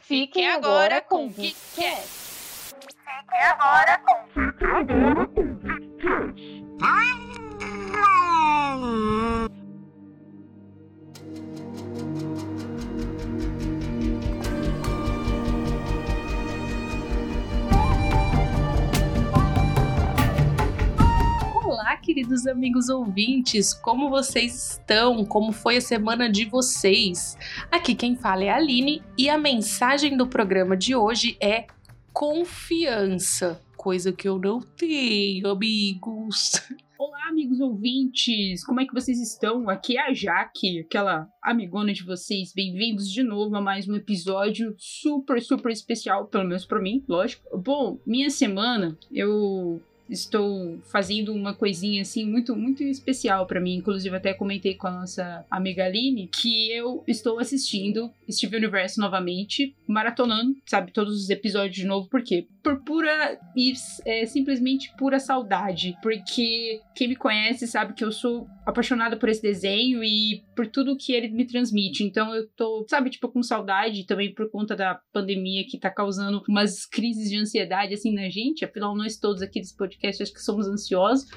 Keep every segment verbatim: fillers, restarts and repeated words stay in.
Fiquem agora com o GeekCast. Fiquem agora com o GeekCast. Olá, queridos amigos ouvintes, como vocês estão? Como foi a semana de vocês? Aqui quem fala é a Aline e a mensagem do programa de hoje é confiança, coisa que eu não tenho, amigos. Olá, amigos ouvintes, como é que vocês estão? Aqui é a Jaque, aquela amigona de vocês. Bem-vindos de novo a mais um episódio super, super especial, pelo menos pra mim, lógico. Bom, minha semana, eu estou fazendo uma coisinha assim muito, muito especial pra mim. Inclusive até comentei com a nossa amiga Aline que eu estou assistindo Steven Universe novamente, maratonando, sabe, todos os episódios de novo. Por quê? Por pura e é, simplesmente pura saudade, porque quem me conhece sabe que eu sou apaixonada por esse desenho e por tudo que ele me transmite. Então eu tô, sabe, tipo, com saudade também por conta da pandemia que tá causando umas crises de ansiedade assim na gente. Afinal, nós todos aqui desse podcast acho que somos ansiosos.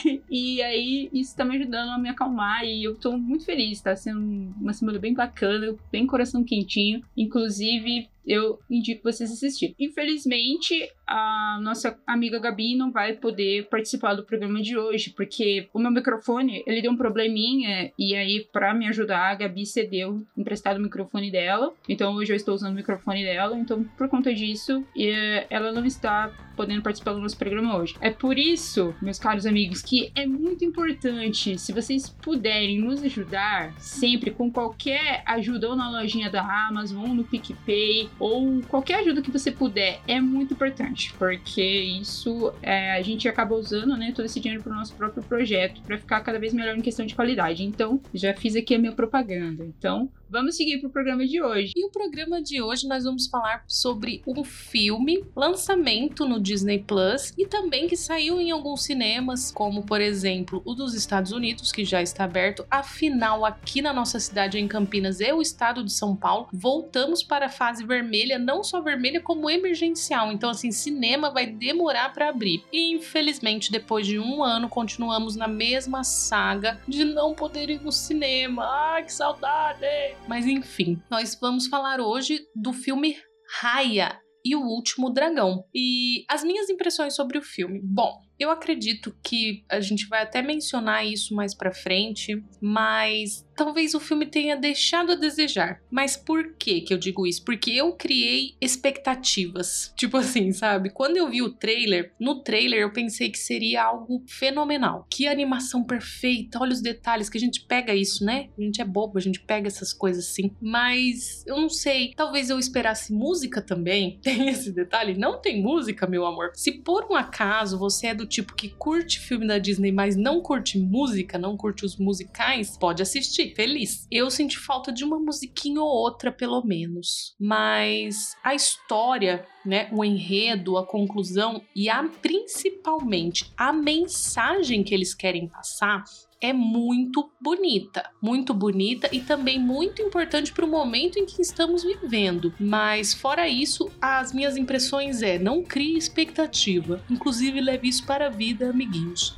E aí isso tá me ajudando a me acalmar e eu tô muito feliz. Tá sendo uma semana bem bacana, bem coração quentinho. Inclusive, eu indico vocês assistirem. Infelizmente, a nossa amiga Gabi não vai poder participar do programa de hoje, porque o meu microfone, ele deu um probleminha, e aí, pra me ajudar, a Gabi cedeu emprestado o microfone dela. Então, hoje eu estou usando o microfone dela. Então, por conta disso, ela não está podendo participar do nosso programa hoje. É por isso, meus caros amigos, que é muito importante, se vocês puderem nos ajudar, sempre com qualquer ajuda, ou na lojinha da Amazon, ou no PicPay, ou qualquer ajuda que você puder, é muito importante, porque isso é, a gente acaba usando, né, todo esse dinheiro para o nosso próprio projeto, para ficar cada vez melhor em questão de qualidade. Então, já fiz aqui a minha propaganda. Então, vamos seguir para o programa de hoje. E o programa de hoje nós vamos falar sobre um filme, lançamento no Disney Plus, e também que saiu em alguns cinemas, como por exemplo o dos Estados Unidos, que já está aberto. Afinal, aqui na nossa cidade, em Campinas, e o estado de São Paulo, voltamos para a fase vermelha, não só vermelha, como emergencial. Então, assim, cinema vai demorar para abrir. E infelizmente, depois de um ano, continuamos na mesma saga de não poder ir no cinema. Ai, que saudade! Mas enfim, nós vamos falar hoje do filme Raya e o Último Dragão. E as minhas impressões sobre o filme. Bom, eu acredito que a gente vai até mencionar isso mais pra frente, mas talvez o filme tenha deixado a desejar. Mas por que que eu digo isso? Porque eu criei expectativas. Tipo assim, sabe? Quando eu vi o trailer, no trailer eu pensei que seria algo fenomenal. Que animação perfeita, olha os detalhes, que a gente pega isso, né? A gente é bobo, a gente pega essas coisas assim. Mas eu não sei, talvez eu esperasse música também. Tem esse detalhe? Não tem música, meu amor. Se por um acaso você é do tipo que curte filme da Disney, mas não curte música, não curte os musicais, pode assistir, feliz. Eu senti falta de uma musiquinha ou outra, pelo menos. Mas a história, né, o enredo, a conclusão e a, principalmente a mensagem que eles querem passar é muito bonita, muito bonita e também muito importante para o momento em que estamos vivendo. Mas fora isso, as minhas impressões é: não crie expectativa, inclusive leve isso para a vida, amiguinhos.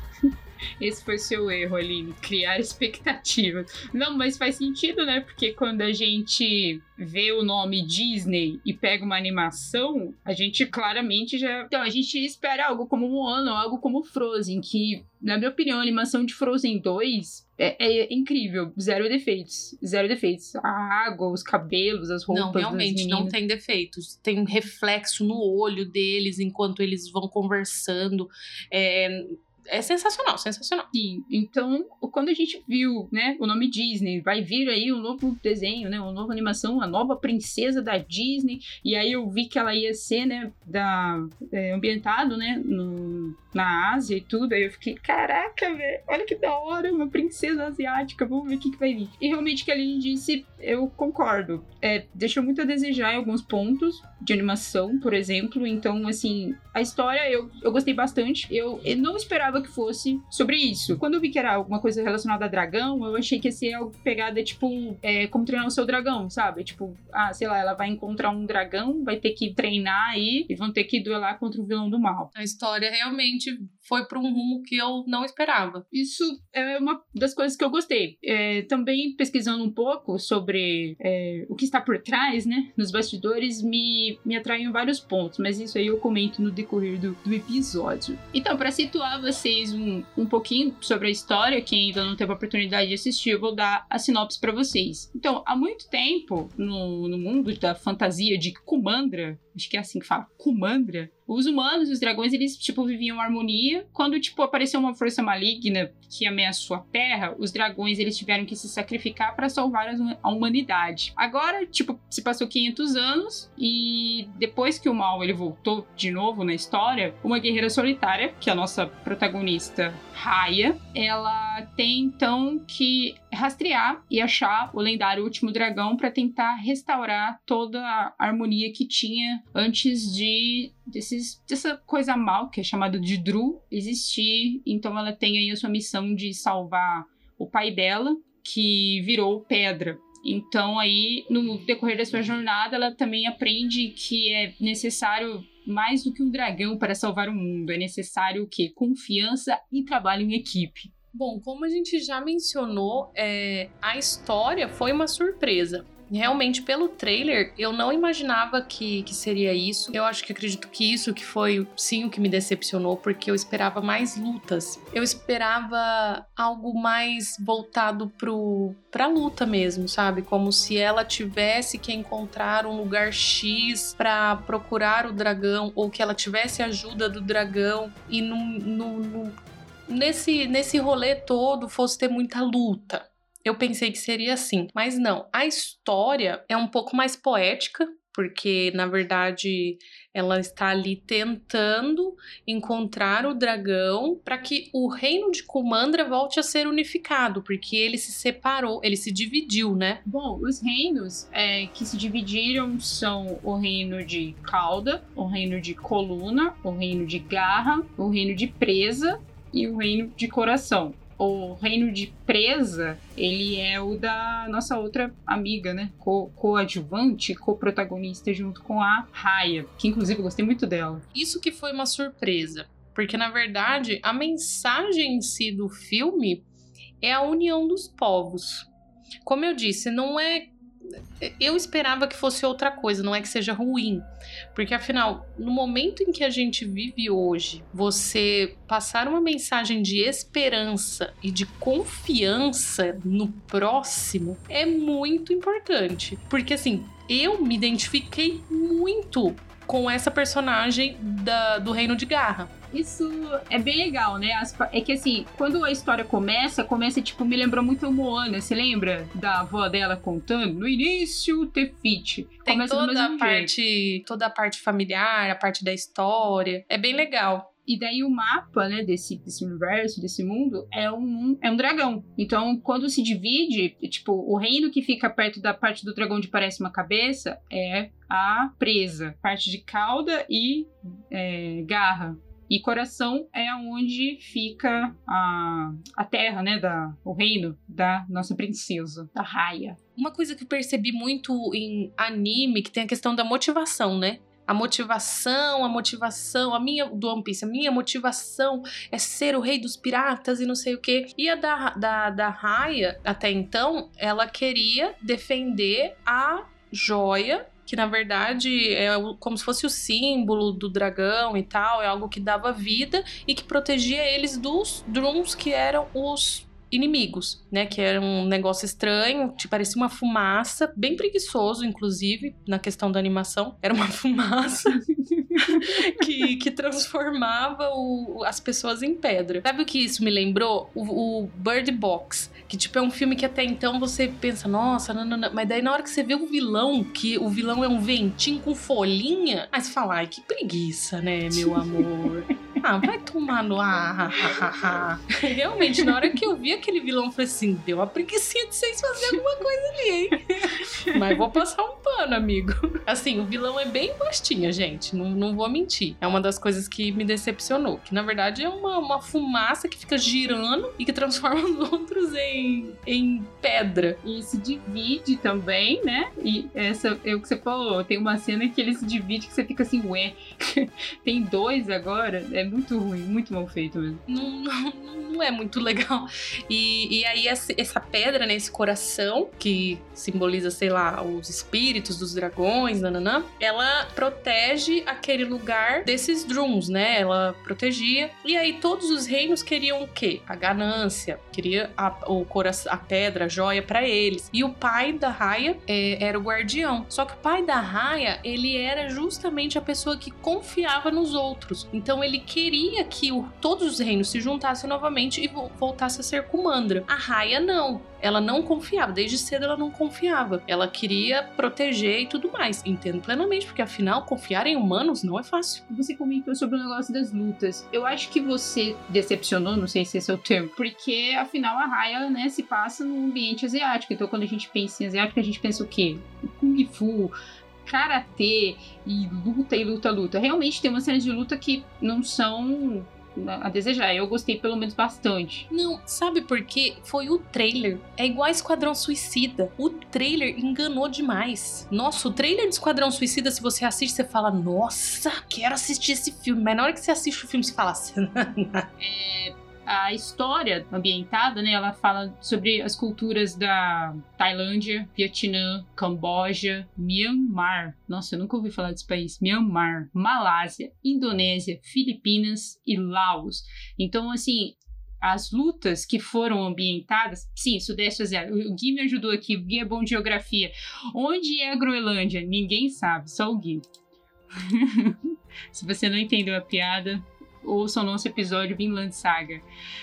Esse foi seu erro, Aline, criar expectativa. Não, mas faz sentido, né? Porque quando a gente vê o nome Disney e pega uma animação, a gente claramente já... Então, a gente espera algo como Moana ou algo como Frozen, que, na minha opinião, a animação de Frozen dois é, é incrível. Zero defeitos. Zero defeitos. A água, os cabelos, as roupas. Não, realmente, não tem defeitos. Tem um reflexo no olho deles enquanto eles vão conversando. É... É sensacional, sensacional. Sim, então quando a gente viu, né, o nome Disney, vai vir aí um novo desenho, né, uma nova animação, a nova princesa da Disney, e aí eu vi que ela ia ser, né, da, é, ambientado, né, no, na Ásia e tudo, aí eu fiquei, caraca, velho, olha que da hora, uma princesa asiática, vamos ver o que, que vai vir. E realmente o que a Aline disse, eu concordo, é, deixou muito a desejar em alguns pontos de animação, por exemplo, então, assim, a história eu, eu gostei bastante, eu, eu não esperava esperava que fosse sobre isso. Quando eu vi que era alguma coisa relacionada a dragão, eu achei que ia ser algo pegada, tipo, é, como treinar o seu dragão, sabe? Tipo, ah, sei lá, ela vai encontrar um dragão, vai ter que treinar aí e vão ter que duelar contra o vilão do mal. A história realmente foi para um rumo que eu não esperava. Isso é uma das coisas que eu gostei. É, também pesquisando um pouco sobre é, o que está por trás, né, nos bastidores, me, me atraiu em vários pontos, mas isso aí eu comento no decorrer do, do episódio. Então, para situar vocês um, um pouquinho sobre a história, quem ainda não teve a oportunidade de assistir, eu vou dar a sinopse para vocês. Então, há muito tempo, no, no mundo da fantasia de Kumandra, acho que é assim que fala, Kumandra, os humanos e os dragões, eles, tipo, viviam em harmonia. Quando, tipo, apareceu uma força maligna que ameaçou a Terra, os dragões, eles tiveram que se sacrificar para salvar a humanidade. Agora, tipo, se passou quinhentos anos e depois que o mal, ele voltou de novo na história, uma guerreira solitária, que é a nossa protagonista, Raya, ela tem, então, que rastrear e achar o lendário último dragão para tentar restaurar toda a harmonia que tinha antes de desses, dessa coisa mal, que é chamada de Dru, existir. Então ela tem aí a sua missão de salvar o pai dela, que virou pedra. Então aí, no decorrer da sua jornada, ela também aprende que é necessário mais do que um dragão para salvar o mundo. É necessário o quê? Confiança e trabalho em equipe. Bom, como a gente já mencionou, é, a história foi uma surpresa. Realmente, pelo trailer, eu não imaginava que, que seria isso. Eu acho que acredito que isso que foi, sim, o que me decepcionou, porque eu esperava mais lutas. Eu esperava algo mais voltado pro, pra luta mesmo, sabe? Como se ela tivesse que encontrar um lugar X pra procurar o dragão, ou que ela tivesse ajuda do dragão, e no, no, no, nesse, nesse rolê todo fosse ter muita luta. Eu pensei que seria assim, mas não. A história é um pouco mais poética, porque, na verdade, ela está ali tentando encontrar o dragão para que o reino de Kumandra volte a ser unificado, porque ele se separou, ele se dividiu, né? Bom, os reinos é, que se dividiram são o reino de Cauda, o reino de Coluna, o reino de Garra, o reino de Presa e o reino de Coração. O reino de Presa, ele é o da nossa outra amiga, né? Co- coadjuvante, co-protagonista junto com a Raya, que inclusive eu gostei muito dela. Isso que foi uma surpresa, porque na verdade a mensagem em si do filme é a união dos povos. Como eu disse, não é... Eu esperava que fosse outra coisa, não é que seja ruim. Porque, afinal, no momento em que a gente vive hoje, você passar uma mensagem de esperança e de confiança no próximo é muito importante. Porque, assim, eu me identifiquei muito com essa personagem da, do Reino de Garra. Isso é bem legal, né? As, é que assim, quando a história começa, começa tipo, me lembrou muito a Moana, você lembra? Da avó dela contando? No início, Tefiti. Tem começa toda a parte, toda a parte familiar, a parte da história. É bem legal. E daí o mapa, né, desse, desse universo, desse mundo, é um, é um dragão. Então, quando se divide, tipo, o reino que fica perto da parte do dragão onde parece uma cabeça é a Presa. Parte de Cauda e é, Garra. E Coração é onde fica a, a terra, né, da, o reino da nossa princesa, da Raya. Uma coisa que eu percebi muito em anime, que tem a questão da motivação, né? A motivação, a motivação, a minha, do One Piece, a minha motivação é ser o rei dos piratas e não sei o quê. E a da, da, da Raya, até então, ela queria defender a joia, que na verdade é como se fosse o símbolo do dragão e tal, é algo que dava vida e que protegia eles dos Drums, que eram os inimigos, né, que era um negócio estranho, que parecia uma fumaça, bem preguiçoso, inclusive, na questão da animação, era uma fumaça que, que transformava o, as pessoas em pedra. Sabe o que isso me lembrou? O, o Bird Box, que tipo é um filme que até então você pensa, nossa, não, não, não. Mas daí na hora que você vê o vilão, que o vilão é um ventinho com folhinha, aí você fala, ai, que preguiça, né, meu amor? Ah, vai tomar no ar. Realmente, na hora que eu vi aquele vilão, eu falei assim, deu uma preguicinha de vocês fazerem alguma coisa ali, hein? Mas vou passar um pano, amigo. Assim, o vilão é bem bostinha, gente. Não, não vou mentir. É uma das coisas que me decepcionou. Que, na verdade, é uma, uma fumaça que fica girando e que transforma os outros em, em pedra. E se divide também, né? E essa é o que você falou. Tem uma cena que ele se divide que você fica assim, ué, tem dois agora? É muito ruim, muito mal feito mesmo. Não, não, não é muito legal. E, e aí essa, essa pedra, né, esse coração, que simboliza, sei lá, os espíritos dos dragões, nananã, ela protege aquele lugar desses Drums, né? Ela protegia. E aí todos os reinos queriam o quê? A ganância. Queria a, o coração, a pedra, a joia pra eles. E o pai da Raya é, era o guardião. Só que o pai da Raya, ele era justamente a pessoa que confiava nos outros. Então ele queria que o, todos os reinos se juntassem novamente e voltasse a ser Kumandra. A Raya não. Ela não confiava. Desde cedo ela não confiava. Ela queria proteger e tudo mais. Entendo plenamente, porque afinal, confiar em humanos não é fácil. Você comentou sobre o negócio das lutas. Eu acho que você decepcionou, não sei se esse é o termo, porque afinal a Raya, né, se passa num ambiente asiático. Então quando a gente pensa em asiático, a gente pensa o quê? Kung Fu, karatê e luta e luta, luta. Realmente tem umas cenas de luta que não são a desejar. Eu gostei pelo menos bastante. Não, sabe por quê? Foi o trailer. É igual a Esquadrão Suicida. O trailer enganou demais. Nossa, o trailer de Esquadrão Suicida, se você assiste, você fala, nossa, quero assistir esse filme. Mas na hora que você assiste o filme, você fala assim... é... A história ambientada, né, ela fala sobre as culturas da Tailândia, Vietnã, Camboja, Myanmar. Nossa, eu nunca ouvi falar desse país. Myanmar, Malásia, Indonésia, Filipinas e Laos. Então, assim, as lutas que foram ambientadas... Sim, Sudeste Asiático. O Gui me ajudou aqui. O Gui é bom de geografia. Onde é a Groenlândia? Ninguém sabe, só o Gui. Se você não entendeu a piada... ouça o nosso episódio Vinland Saga.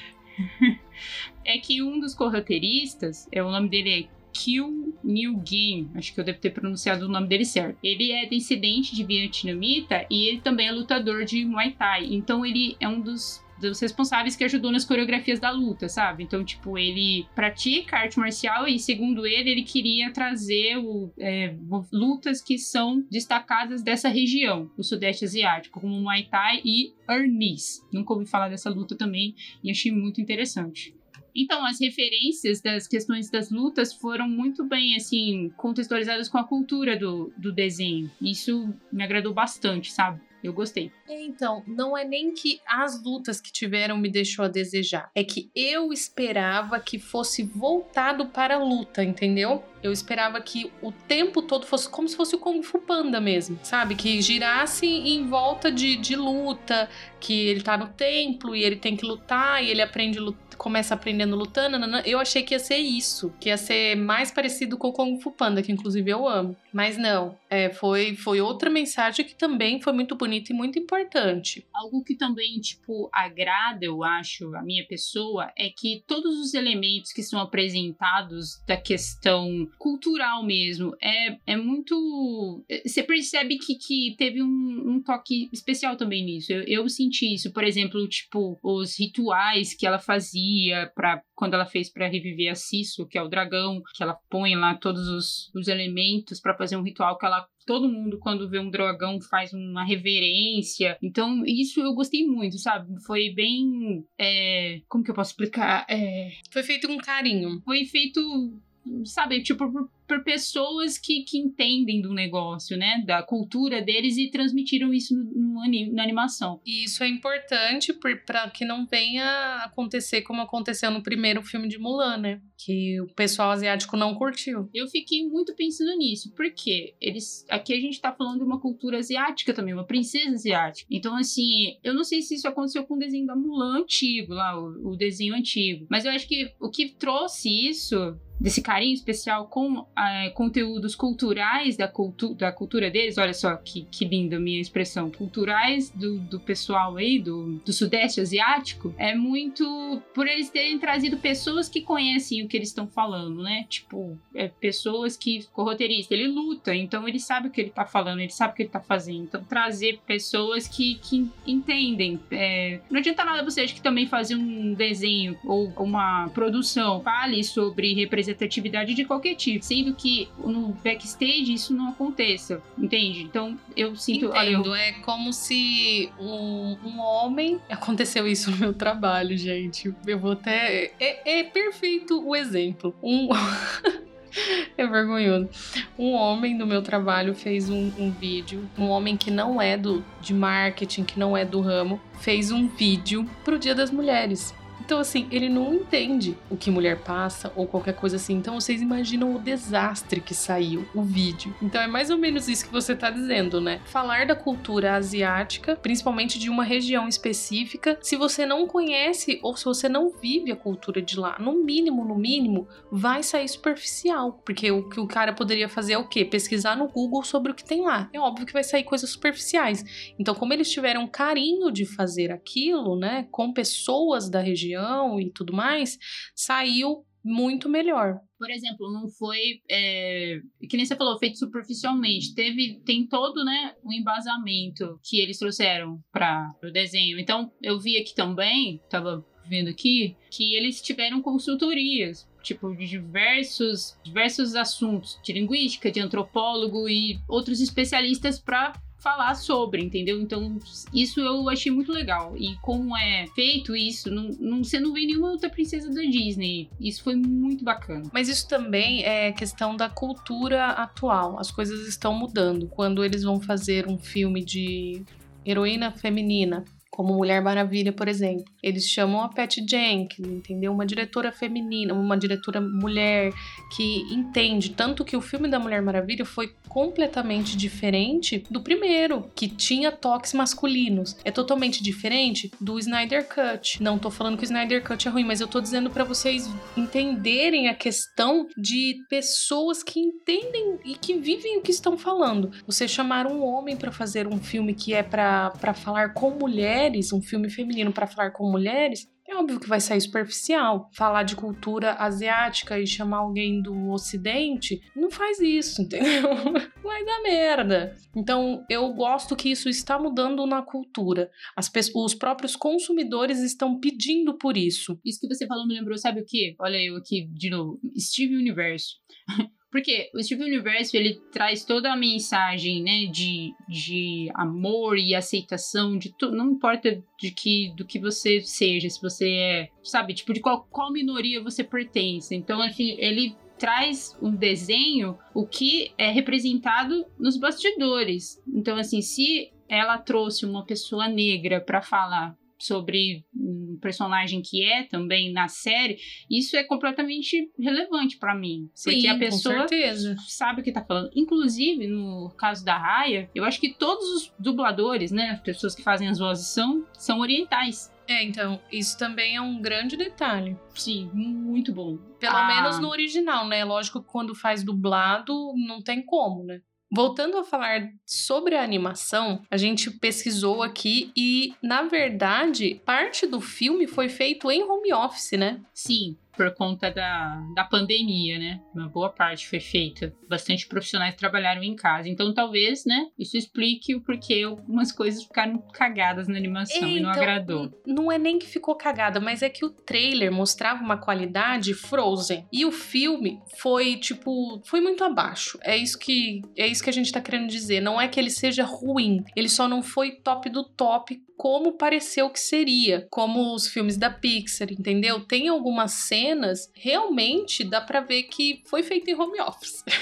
É que um dos corroteiristas, é, o nome dele é Kyu Newgen, acho que eu devo ter pronunciado o nome dele certo. Ele é descendente de vietnamita e ele também é lutador de Muay Thai. Então ele é um dos dos responsáveis que ajudou nas coreografias da luta, sabe? Então, tipo, ele pratica arte marcial e, segundo ele, ele queria trazer o, é, lutas que são destacadas dessa região, do Sudeste Asiático, como Muay Thai e Arnis. Nunca ouvi falar dessa luta também e achei muito interessante. Então, as referências das questões das lutas foram muito bem, assim, contextualizadas com a cultura do, do desenho. Isso me agradou bastante, sabe? Eu gostei. Então, não é nem que as lutas que tiveram me deixou a desejar. É que eu esperava que fosse voltado para a luta, entendeu? Eu esperava que o tempo todo fosse como se fosse o Kung Fu Panda mesmo, sabe? Que girasse em volta de, de luta, que ele tá no templo e ele tem que lutar e ele aprende lutar. Começa aprendendo lutando, nanana. Eu achei que ia ser isso, que ia ser mais parecido com o Kung Fu Panda, que inclusive eu amo. Mas não, é, foi, foi outra mensagem que também foi muito bonita e muito importante. Algo que também, tipo, agrada, eu acho, a minha pessoa, é que todos os elementos que são apresentados da questão cultural mesmo, é, é muito... Você percebe que, que teve um, um toque especial também nisso. Eu, eu senti isso, por exemplo, tipo, os rituais que ela fazia, Pra, quando ela fez para reviver a Sisu, que é o dragão, que ela põe lá todos os, os elementos para fazer um ritual que ela... Todo mundo, quando vê um dragão, faz uma reverência. Então, isso eu gostei muito, sabe? Foi bem... É, como que eu posso explicar? É, foi feito com carinho. Foi feito... Sabe, tipo, por, por pessoas que, que entendem do negócio, né? Da cultura deles e transmitiram isso no, no anim, na animação. E isso é importante para que não venha acontecer como aconteceu no primeiro filme de Mulan, né? Que o pessoal asiático não curtiu. Eu fiquei muito pensando nisso, porque eles, aqui a gente tá falando de uma cultura asiática também, uma princesa asiática. Então, assim, eu não sei se isso aconteceu com o desenho da Mulan antigo, lá, o, o desenho antigo. Mas eu acho que o que trouxe isso... desse carinho especial com é, conteúdos culturais da, cultu da cultura deles. Olha só que, que linda a minha expressão. Culturais do, do pessoal aí, do, do Sudeste Asiático, é muito por eles terem trazido pessoas que conhecem o que eles estão falando, né? Tipo, é, pessoas que... O roteirista, ele luta, então ele sabe o que ele tá falando, ele sabe o que ele tá fazendo. Então, trazer pessoas que, que entendem. É, não adianta nada você acho que também fazer um desenho ou uma produção fale sobre representatividade de qualquer tipo, sendo que no backstage isso não aconteça, entende? Então, eu sinto... Entendo, olha, eu... é como se um, um homem... Aconteceu isso no meu trabalho, gente. Eu vou até... É, é perfeito o exemplo. Um... É vergonhoso. Um homem no meu trabalho fez um, um vídeo, um homem que não é do, de marketing, que não é do ramo, fez um vídeo pro Dia das Mulheres. Então, assim, ele não entende o que mulher passa ou qualquer coisa assim. Então, vocês imaginam o desastre que saiu o vídeo. Então, é mais ou menos isso que você tá dizendo, né? Falar da cultura asiática, principalmente de uma região específica, se você não conhece ou se você não vive a cultura de lá, no mínimo, no mínimo, vai sair superficial. Porque o que o cara poderia fazer é o quê? Pesquisar no Google sobre o que tem lá. É óbvio que vai sair coisas superficiais. Então, como eles tiveram carinho de fazer aquilo, né, com pessoas da região e tudo mais, saiu muito melhor. Por exemplo, não foi, é, que nem você falou, feito superficialmente. Teve, tem todo, né, um embasamento que eles trouxeram para o desenho. Então, eu vi aqui também, tava vendo aqui, que eles tiveram consultorias, tipo, de diversos, diversos assuntos, de linguística, de antropólogo e outros especialistas para falar sobre, entendeu? Então, isso eu achei muito legal. E como é feito isso, não, não, você não vê nenhuma outra princesa da Disney. Isso foi muito bacana. Mas isso também é questão da cultura atual. As coisas estão mudando. Quando eles vão fazer um filme de heroína feminina, como Mulher Maravilha, por exemplo, eles chamam a Patty Jenkins, entendeu? Uma diretora feminina, uma diretora mulher que entende. Tanto que o filme da Mulher Maravilha foi completamente diferente do primeiro, que tinha toques masculinos. É totalmente diferente do Snyder Cut. Não tô falando que o Snyder Cut é ruim, mas eu tô dizendo pra vocês entenderem a questão de pessoas que entendem e que vivem o que estão falando. Você chamar um homem pra fazer um filme que é pra, pra falar com mulheres, um filme feminino pra falar com mulheres, é óbvio que vai sair superficial. Falar de cultura asiática e chamar alguém do ocidente, não faz isso, entendeu? Vai dar merda. Então, eu gosto que isso está mudando na cultura. As pessoas, os próprios consumidores estão pedindo por isso. Isso que você falou me lembrou, sabe o quê? Olha eu aqui de novo. Steven Universo. Porque o Steven Universo, ele traz toda a mensagem, né, de, de amor e aceitação, de tu, não importa de que, do que você seja, se você é, sabe, tipo, de qual, qual minoria você pertence. Então, enfim, ele traz um desenho, o que é representado nos bastidores. Então, assim, se ela trouxe uma pessoa negra para falar sobre um personagem que é também na série, isso é completamente relevante pra mim. Sim, porque a pessoa com certeza. sabe o que tá falando. Inclusive, no caso da Raya, eu acho que todos os dubladores, né, as pessoas que fazem as vozes são, são orientais. É, então, isso também é um grande detalhe. Sim, muito bom. Pelo ah. menos no original, né? Lógico que quando faz dublado, não tem como, né? Voltando a falar sobre a animação, a gente pesquisou aqui e, na verdade, parte do filme foi feito em home office, né? Sim, por conta da, da pandemia, né? Uma boa parte foi feita. Bastante profissionais trabalharam em casa. Então, talvez, né, isso explique o porquê algumas coisas ficaram cagadas na animação é, e não então, agradou. Não é nem que ficou cagada, mas é que o trailer mostrava uma qualidade Frozen. E o filme foi, tipo, foi muito abaixo. É isso que, é isso que a gente tá querendo dizer. Não é que ele seja ruim. Ele só não foi top do top como pareceu que seria, como os filmes da Pixar, entendeu? Tem algumas cenas, realmente dá pra ver que foi feito em home office.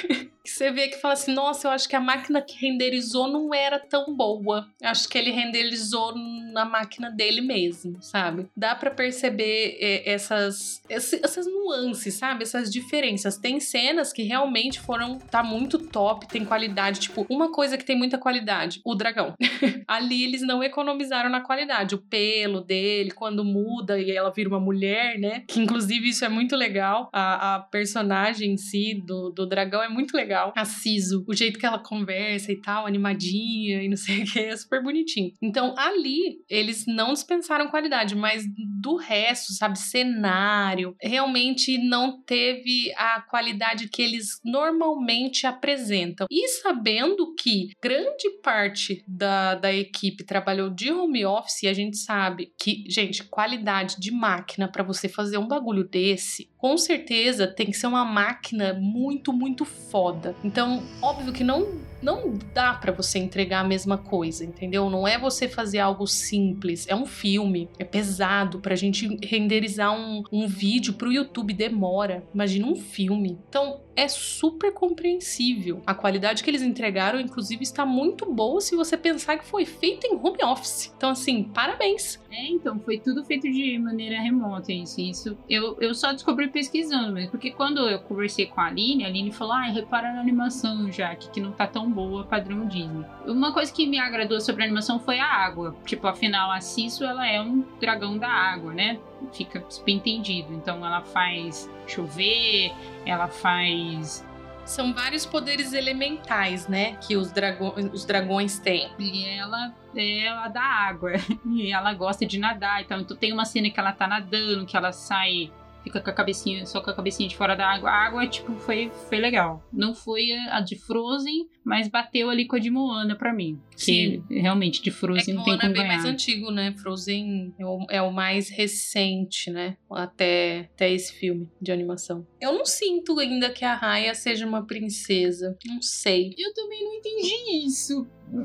que você vê que fala assim, nossa, eu acho que a máquina que renderizou não era tão boa. Acho que ele renderizou na máquina dele mesmo, sabe? Dá pra perceber é, essas, essas nuances, sabe? Essas diferenças. Tem cenas que realmente foram, tá muito top, tem qualidade. Tipo, uma coisa que tem muita qualidade, o dragão. Ali eles não economizaram na qualidade. O pelo dele, quando muda e ela vira uma mulher, né? Que inclusive isso é muito legal. A, a personagem em si do, do dragão é muito legal. A Siso, o jeito que ela conversa e tal, animadinha e não sei o que, é super bonitinho. Então ali eles não dispensaram qualidade, mas do resto, sabe, cenário, realmente não teve a qualidade que eles normalmente apresentam. E sabendo que grande parte da, da equipe trabalhou de home office, e a gente sabe que, gente, qualidade de máquina para você fazer um bagulho desse, com certeza tem que ser uma máquina muito, muito foda. Então, óbvio que não, não dá pra você entregar a mesma coisa, entendeu? Não é você fazer algo simples, é um filme, é pesado. Pra gente renderizar um, um vídeo pro YouTube demora, imagina um filme. Então, é super compreensível. A qualidade que eles entregaram, inclusive, está muito boa se você pensar que foi feita em home office. Então, assim, parabéns. É, então, foi tudo feito de maneira remota, isso. isso. Eu, eu só descobri pesquisando mesmo, porque quando eu conversei com a Aline, a Aline falou, ah, repara na animação, já, que, que não tá tão boa padrão Disney. Uma coisa que me agradou sobre a animação foi a água. Tipo, afinal, a Siso, ela é um dragão da água, né? Fica subentendido. Então, ela faz chover, ela faz... São vários poderes elementais, né? Que os, drago- os dragões têm. E ela é ela da água. E ela gosta de nadar. Então, então, tem uma cena que ela tá nadando, que ela sai... Fica com a cabecinha, só com a cabecinha de fora da água. A água, tipo, foi, foi legal. Não foi a de Frozen, mas bateu ali com a de Moana pra mim. Sim. Que realmente, de Frozen é não tem Moana como é bem ganhar. mais antigo, né? Frozen é o, é o mais recente, né? Até, até esse filme de animação. Eu não sinto ainda que a Raya seja uma princesa. Não sei. Eu também não entendi isso.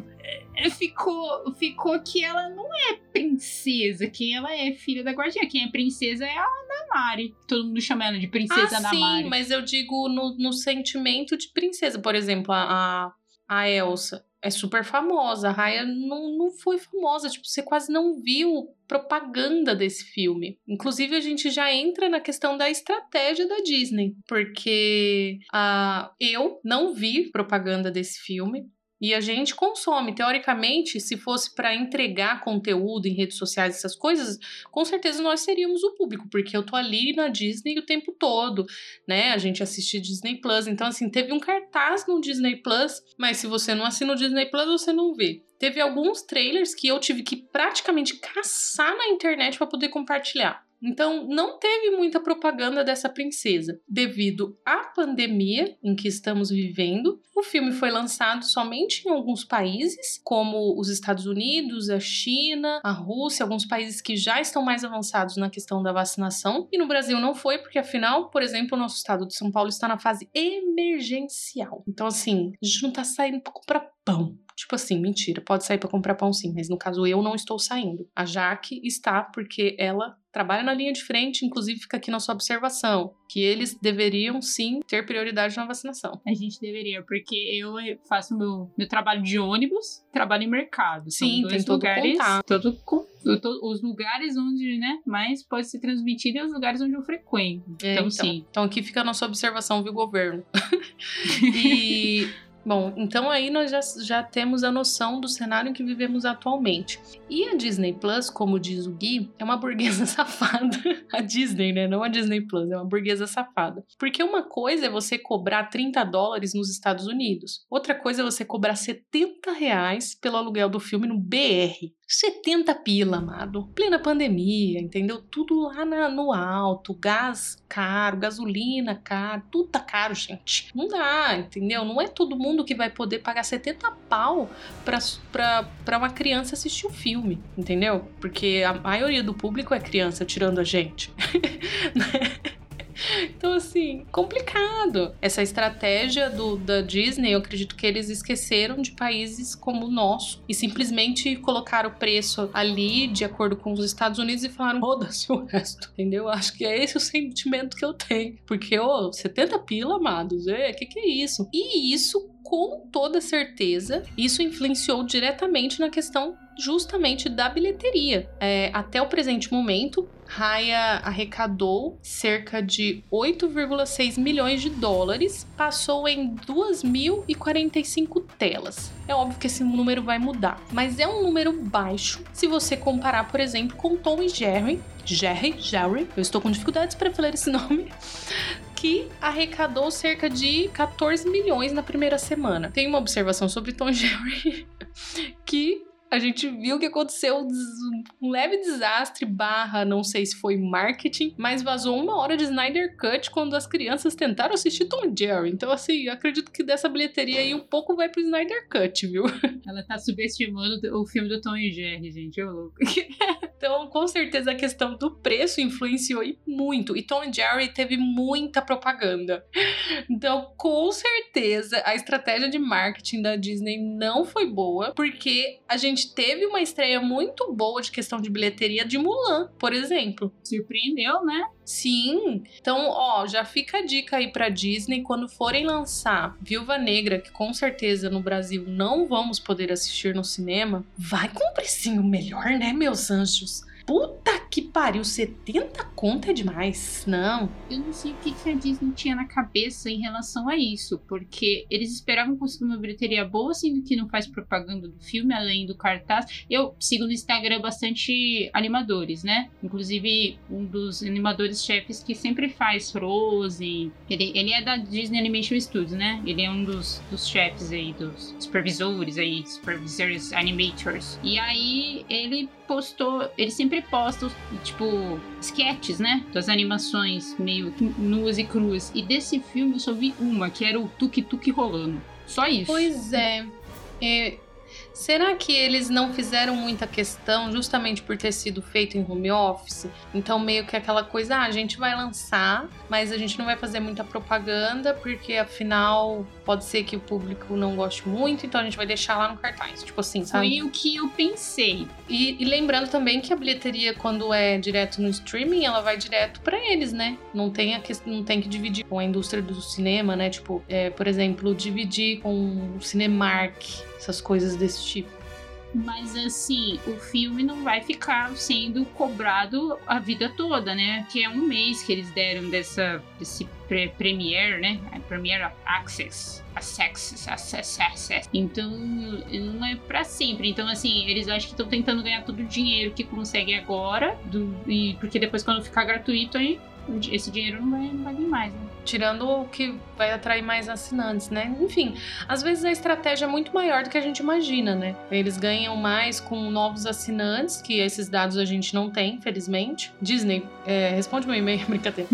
É, ficou, ficou que ela não é princesa, que ela é filha da guardiã. Quem é princesa é a Namari. Todo mundo chama ela de princesa ah, Namari. Sim, mas eu digo no, no sentimento de princesa. Por exemplo, a, a Elsa é super famosa. A Raya não, não foi famosa. Tipo, você quase não viu propaganda desse filme. Inclusive, a gente já entra na questão da estratégia da Disney. Porque uh, eu não vi propaganda desse filme. E a gente consome. Teoricamente, se fosse para entregar conteúdo em redes sociais, essas coisas, com certeza nós seríamos o público, porque eu tô ali na Disney o tempo todo, né? A gente assiste Disney Plus. Então, assim, teve um cartaz no Disney Plus, mas se você não assina o Disney Plus, você não vê. Teve alguns trailers que eu tive que praticamente caçar na internet para poder compartilhar. Então, não teve muita propaganda dessa princesa. Devido à pandemia em que estamos vivendo, o filme foi lançado somente em alguns países, como os Estados Unidos, a China, a Rússia, alguns países que já estão mais avançados na questão da vacinação. E no Brasil não foi, porque afinal, por exemplo, o nosso estado de São Paulo está na fase emergencial. Então, assim, a gente não tá saindo pra comprar pão. Tipo assim, mentira, pode sair pra comprar pão sim, mas no caso eu não estou saindo. A Jaque está porque ela trabalha na linha de frente, inclusive fica aqui na sua observação, que eles deveriam sim ter prioridade na vacinação. A gente deveria, porque eu faço meu, meu trabalho de ônibus, trabalho em mercado. Sim, São dois tem todo lugares, contato. Todo, todo, os lugares onde, né, mais pode ser transmitido e os lugares onde eu frequento. É, então, então, sim. Então aqui fica a nossa observação, viu, governo? E... Bom, então aí nós já, já temos a noção do cenário em que vivemos atualmente. E a Disney Plus, como diz o Gui, é uma burguesa safada. A Disney, né? Não a Disney Plus, é uma burguesa safada. Porque uma coisa é você cobrar trinta dólares nos Estados Unidos. Outra coisa é você cobrar setenta reais pelo aluguel do filme no B R. setenta pila, amado. Plena pandemia, entendeu? Tudo lá na, no alto. Gás caro, gasolina caro. Tudo tá caro, gente. Não dá, entendeu? Não é todo mundo que vai poder pagar setenta pau pra, pra, pra uma criança assistir o um filme, entendeu? Porque a maioria do público é criança, tirando a gente. Então, assim, complicado. Essa estratégia do, da Disney, eu acredito que eles esqueceram de países como o nosso e simplesmente colocaram o preço ali de acordo com os Estados Unidos e falaram, roda-se o resto, entendeu? Acho que é esse o sentimento que eu tenho. Porque, ô, setenta pila, amados, é, que que é isso? E isso, com toda certeza, isso influenciou diretamente na questão justamente da bilheteria. É, até o presente momento, Raya arrecadou cerca de oito vírgula seis milhões de dólares, passou em duas mil e quarenta e cinco telas. É óbvio que esse número vai mudar, mas é um número baixo se você comparar, por exemplo, com Tom e Jerry, Jerry, Jerry, eu estou com dificuldades para falar esse nome, que arrecadou cerca de quatorze milhões na primeira semana. Tem uma observação sobre Tom e Jerry que a gente viu que aconteceu um leve desastre barra, não sei se foi marketing, mas vazou uma hora de Snyder Cut quando as crianças tentaram assistir Tom e Jerry. Então, assim, eu acredito que dessa bilheteria aí um pouco vai pro Snyder Cut, viu? Ela tá subestimando o filme do Tom e Jerry, gente, eu louco. Então, com certeza a questão do preço influenciou muito. E Tom e Jerry teve muita propaganda. Então, com certeza, a estratégia de marketing da Disney não foi boa, porque a gente teve uma estreia muito boa de questão de bilheteria de Mulan, por exemplo. Surpreendeu, né? Sim. Então, ó, já fica a dica aí pra Disney, quando forem lançar Viúva Negra, que com certeza no Brasil não vamos poder assistir no cinema, vai com um precinho melhor, né, meus anjos? Puta que pariu, setenta conto é demais. Não. Eu não sei o que, que a Disney tinha na cabeça em relação a isso, porque eles esperavam conseguir uma bilheteria boa, sendo que não faz propaganda do filme, além do cartaz. Eu sigo no Instagram bastante animadores, né? Inclusive, um dos animadores-chefes que sempre faz Frozen. Ele, ele é da Disney Animation Studios, né? Ele é um dos, dos chefes aí, dos supervisores aí, supervisores animators. E aí, ele postou, ele sempre posta, tipo, sketches, né? Das animações meio nuas e cruas. E desse filme eu só vi uma, que era o Tuk Tuk rolando. Só isso. Pois é. é... Será que eles não fizeram muita questão justamente por ter sido feito em home office? Então meio que aquela coisa, ah, a gente vai lançar, mas a gente não vai fazer muita propaganda, porque afinal pode ser que o público não goste muito, então a gente vai deixar lá no cartaz, tipo assim, sabe? Foi o que eu pensei. E, e lembrando também que a bilheteria, quando é direto no streaming, ela vai direto pra eles, né? Não tem, a que, não tem que dividir com a indústria do cinema, né? Tipo, é, por exemplo, dividir com o Cinemark, essas coisas desse tipo. Mas assim, o filme não vai ficar sendo cobrado a vida toda, né? Que é um mês que eles deram dessa, desse pre Premiere, né? Premiere Access. Access, access, access. Então, não é pra sempre. Então, assim, eles acham que estão tentando ganhar todo o dinheiro que conseguem agora, do, e, porque depois, quando ficar gratuito, aí esse dinheiro não vai, não vai vir mais, né? Tirando o que vai atrair mais assinantes, né? Enfim, às vezes a estratégia é muito maior do que a gente imagina, né? Eles ganham mais com novos assinantes, que esses dados a gente não tem, infelizmente. Disney, é, responde meu e-mail, brincadeira.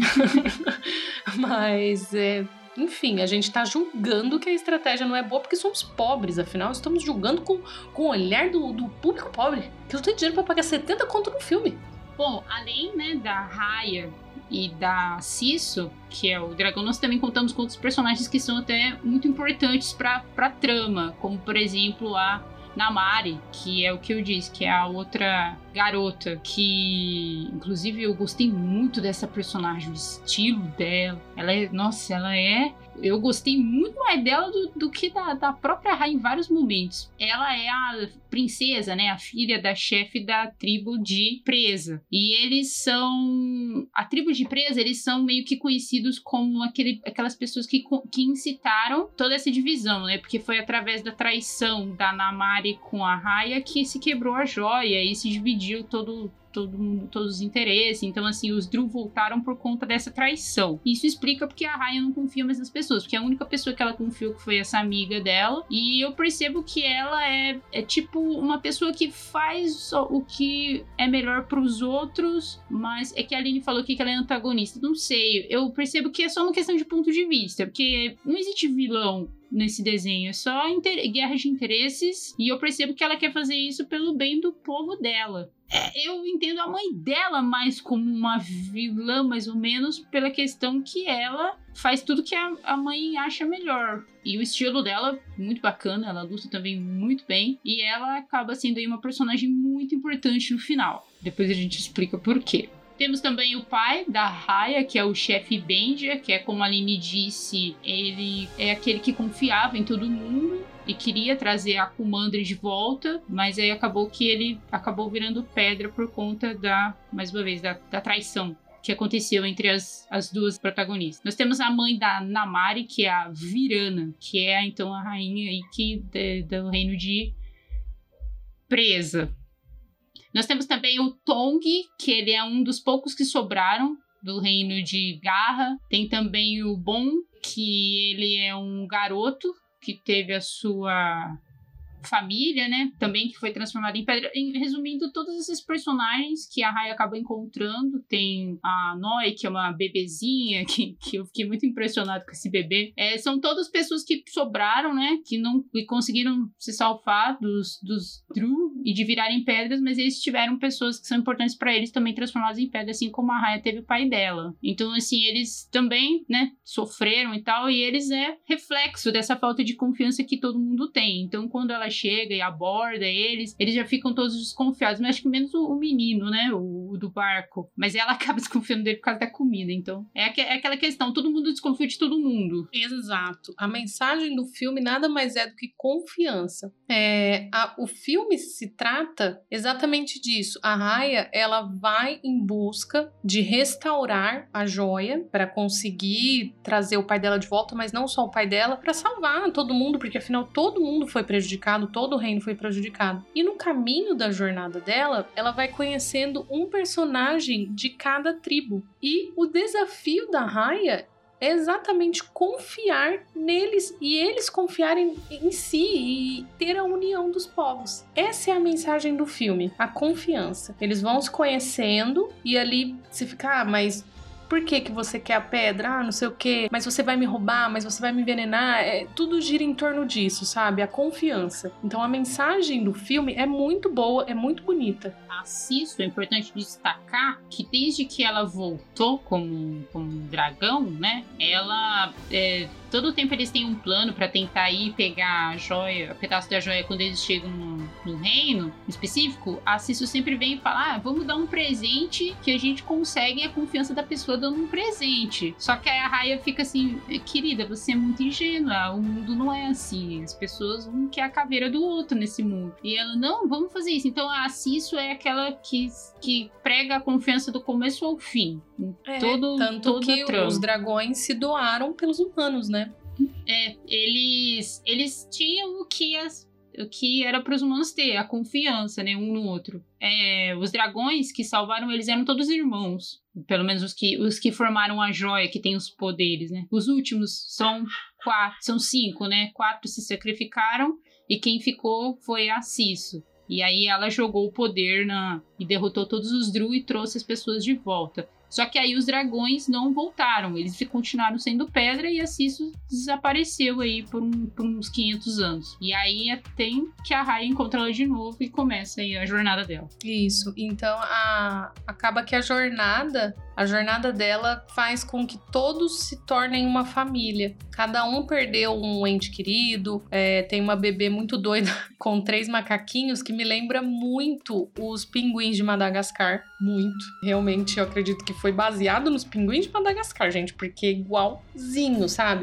Mas, é, enfim, a gente tá julgando que a estratégia não é boa porque somos pobres, afinal, estamos julgando com, com o olhar do, do público pobre, que não tem dinheiro pra pagar setenta conto no filme. Bom, além, né, da Raya e da Sisso, que é o dragão, nós também contamos com outros personagens que são até muito importantes pra, pra trama, como, por exemplo, a Namari, que é o que eu disse, que é a outra garota, que inclusive eu gostei muito dessa personagem, o estilo dela. Ela é, nossa, ela é... Eu gostei muito mais dela do, do que da, da própria Raya em vários momentos. Ela é a princesa, né? A filha da chefe da tribo de Presa. E eles são... A tribo de Presa, eles são meio que conhecidos como aquele, aquelas pessoas que, que incitaram toda essa divisão, né? Porque foi através da traição da Namari com a Raya que se quebrou a joia e se dividiu todo... Todo, todos os interesses. Então, assim, os Dru voltaram por conta dessa traição. Isso explica porque a Raya não confia mais nas pessoas, porque a única pessoa que ela confiou que foi essa amiga dela. E eu percebo que ela é, é tipo uma pessoa que faz o que é melhor pros outros, mas é que a Aline falou aqui que ela é antagonista. Não sei, eu percebo que é só uma questão de ponto de vista, porque não existe vilão nesse desenho. É só inter... guerra de interesses. E eu percebo que ela quer fazer isso pelo bem do povo dela. É, eu entendo a mãe dela mais como uma vilã, mais ou menos, pela questão que ela faz tudo que a, a mãe acha melhor. E o estilo dela, muito bacana, ela luta também muito bem. E ela acaba sendo aí uma personagem muito importante no final. Depois a gente explica por quê. Temos também o pai da Raya, que é o chefe Benja, que é, como a Aline disse, ele é aquele que confiava em todo mundo e queria trazer a Kumandra de volta, mas aí acabou que ele acabou virando pedra por conta da, mais uma vez, da, da traição que aconteceu entre as, as duas protagonistas. Nós temos a mãe da Namari, que é a Virana, que é então a rainha aí que, de, do reino de Presa. Nós temos também o Tong, que ele é um dos poucos que sobraram do reino de Garra. Tem também o Bon, que ele é um garoto que teve a sua família, né? Também que foi transformada em pedra. Em, resumindo, todos esses personagens que a Raya acaba encontrando. Tem a Noi, que é uma bebezinha, que, que eu fiquei muito impressionado com esse bebê. É, são todas pessoas que sobraram, né? Que não que conseguiram se salvar dos, dos Dru e de virarem pedras, mas eles tiveram pessoas que são importantes pra eles também transformadas em pedra, assim como a Raya teve o pai dela. Então, assim, eles também, né, sofreram e tal, e eles é reflexo dessa falta de confiança que todo mundo tem. Então, quando ela chega e aborda eles, eles já ficam todos desconfiados, mas acho que menos o, o menino, né, o, o do barco, mas ela acaba desconfiando dele por causa da comida. Então é, aqu- é aquela questão, todo mundo desconfia de todo mundo. Exato. A mensagem do filme nada mais é do que confiança. É, a, o filme se trata exatamente disso. A Raya, ela vai em busca de restaurar a joia para conseguir trazer o pai dela de volta, mas não só o pai dela, para salvar todo mundo, porque afinal todo mundo foi prejudicado, todo o reino foi prejudicado. E no caminho da jornada dela, ela vai conhecendo um personagem de cada tribo. E o desafio da Raya é exatamente confiar neles e eles confiarem em si e ter a união dos povos. Essa é a mensagem do filme, a confiança. Eles vão se conhecendo e ali você fica, ah, mas por que que você quer a pedra? Ah, não sei o quê. Mas você vai me roubar, mas você vai me envenenar. É, tudo gira em torno disso, sabe? A confiança. Então a mensagem do filme é muito boa, é muito bonita. A Sisu, é importante destacar que desde que ela voltou como, como dragão, né? Ela... É, todo o tempo eles têm um plano pra tentar ir pegar a joia, o pedaço da joia quando eles chegam no, no reino específico. A Sisu sempre vem e fala, ah, vamos dar um presente que a gente consegue a confiança da pessoa dando um presente. Só que aí a Raya fica assim, querida, você é muito ingênua, o mundo não é assim, as pessoas um quer a caveira do outro nesse mundo. E ela, não, vamos fazer isso. Então a Sisu é aquela que, que prega a confiança do começo ao fim. É, todo, tanto que trama. os dragões se doaram pelos humanos, né? É, eles, eles tinham o que, as, o que era para os humanos ter, a confiança, né, um no outro. É, os dragões que salvaram eles eram todos irmãos. Pelo menos os que, os que formaram a joia, que tem os poderes, né? Os últimos são quatro, são cinco, né? Quatro se sacrificaram e quem ficou foi a Sisu. E aí ela jogou o poder na, e derrotou todos os Dru e trouxe as pessoas de volta. Só que aí os dragões não voltaram, eles continuaram sendo pedra e a Sisu desapareceu aí por, um, por uns quinhentos anos. E aí tem que a Raya encontra ela de novo e começa aí a jornada dela. Isso, então a... acaba que a jornada, a jornada dela faz com que todos se tornem uma família. Cada um perdeu um ente querido, é, tem uma bebê muito doida com três macaquinhos que me lembra muito os pinguins de Madagascar, muito. Realmente eu acredito que foi baseado nos pinguins de Madagascar, gente, porque é igualzinho, sabe?